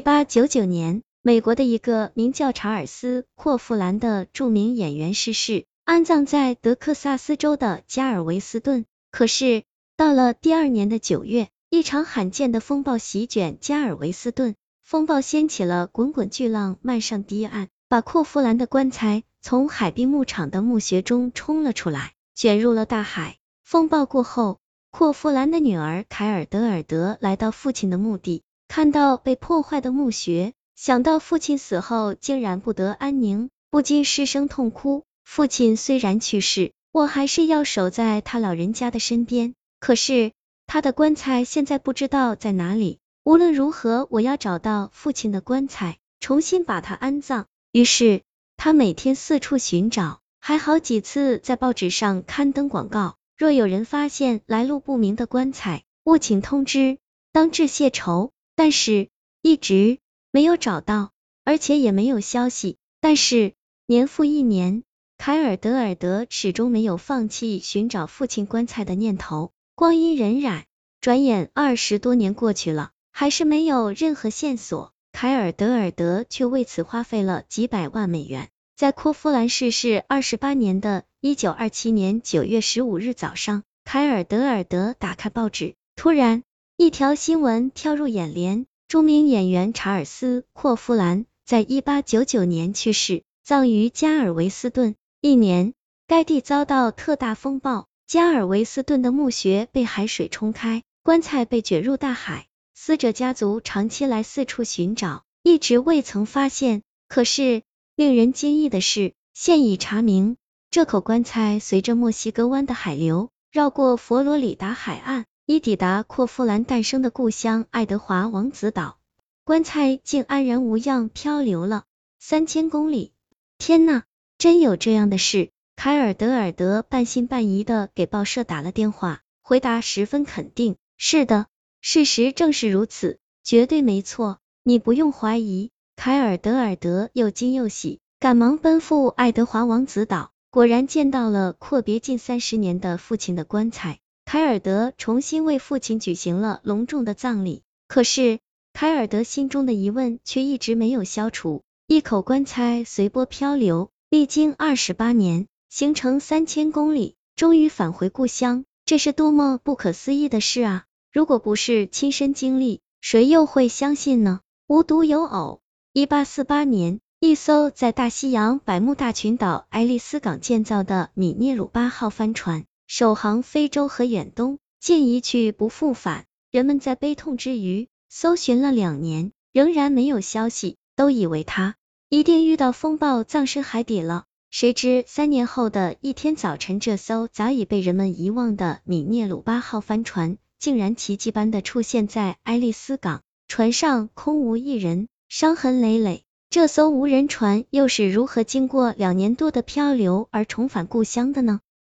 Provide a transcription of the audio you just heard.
1899年，美国的一个名叫查尔斯·霍夫兰的著名演员逝世，安葬在德克萨斯州的加尔维斯顿。可是，到了第二年的9月，一场罕见的风暴席卷加尔维斯顿，风暴掀起了滚滚巨浪，漫上堤岸，把霍夫兰的棺材从海滨牧场的墓穴中冲了出来，卷入了大海。风暴过后，霍夫兰的女儿凯尔德尔德来到父亲的墓地，看到被破坏的墓穴，想到父亲死后竟然不得安宁，不禁失声痛哭。父亲虽然去世，我还是要守在他老人家的身边，可是他的棺材现在不知道在哪里，无论如何我要找到父亲的棺材，重新把他安葬。于是他每天四处寻找，还好几次在报纸上刊登广告，若有人发现来路不明的棺材，务请通知，当致谢酬。但是一直没有找到，而且也没有消息。但是年复一年，凯尔德尔德始终没有放弃寻找父亲棺材的念头。光阴荏苒，转眼20多年过去了，还是没有任何线索。凯尔德尔德却为此花费了几百万美元。在霍夫兰逝世28年的1927年9月15日早上，凯尔德尔德打开报纸，突然一条新闻跳入眼帘，著名演员查尔斯·霍夫兰在1899年去世，葬于加尔维斯顿。一年，该地遭到特大风暴，加尔维斯顿的墓穴被海水冲开，棺材被卷入大海。死者家族长期来四处寻找，一直未曾发现。可是令人惊异的是，现已查明，这口棺材随着墨西哥湾的海流，绕过佛罗里达海岸，已抵达霍夫兰诞生的故乡爱德华王子岛。棺材竟安然无恙漂流了3000公里。天哪，真有这样的事？凯尔德尔德半信半疑的给报社打了电话，回答十分肯定，是的，事实正是如此，绝对没错，你不用怀疑。凯尔德尔德又惊又喜，赶忙奔赴爱德华王子岛，果然见到了阔别近30年的父亲的棺材。凯尔德重新为父亲举行了隆重的葬礼，可是凯尔德心中的疑问却一直没有消除。一口棺材随波漂流，历经28年，行程3000公里，终于返回故乡，这是多么不可思议的事啊！如果不是亲身经历，谁又会相信呢？无独有偶，1848年，一艘在大西洋百慕大群岛爱丽丝港建造的米涅鲁巴号帆船，首航非洲和远东，竟一去不复返。人们在悲痛之余，搜寻了2年，仍然没有消息，都以为他一定遇到风暴葬身海底了。谁知3年后的一天早晨，这艘早已被人们遗忘的米涅鲁巴号帆船竟然奇迹般的出现在爱丽丝港，船上空无一人，伤痕累累。这艘无人船又是如何经过2年多的漂流而重返故乡的呢？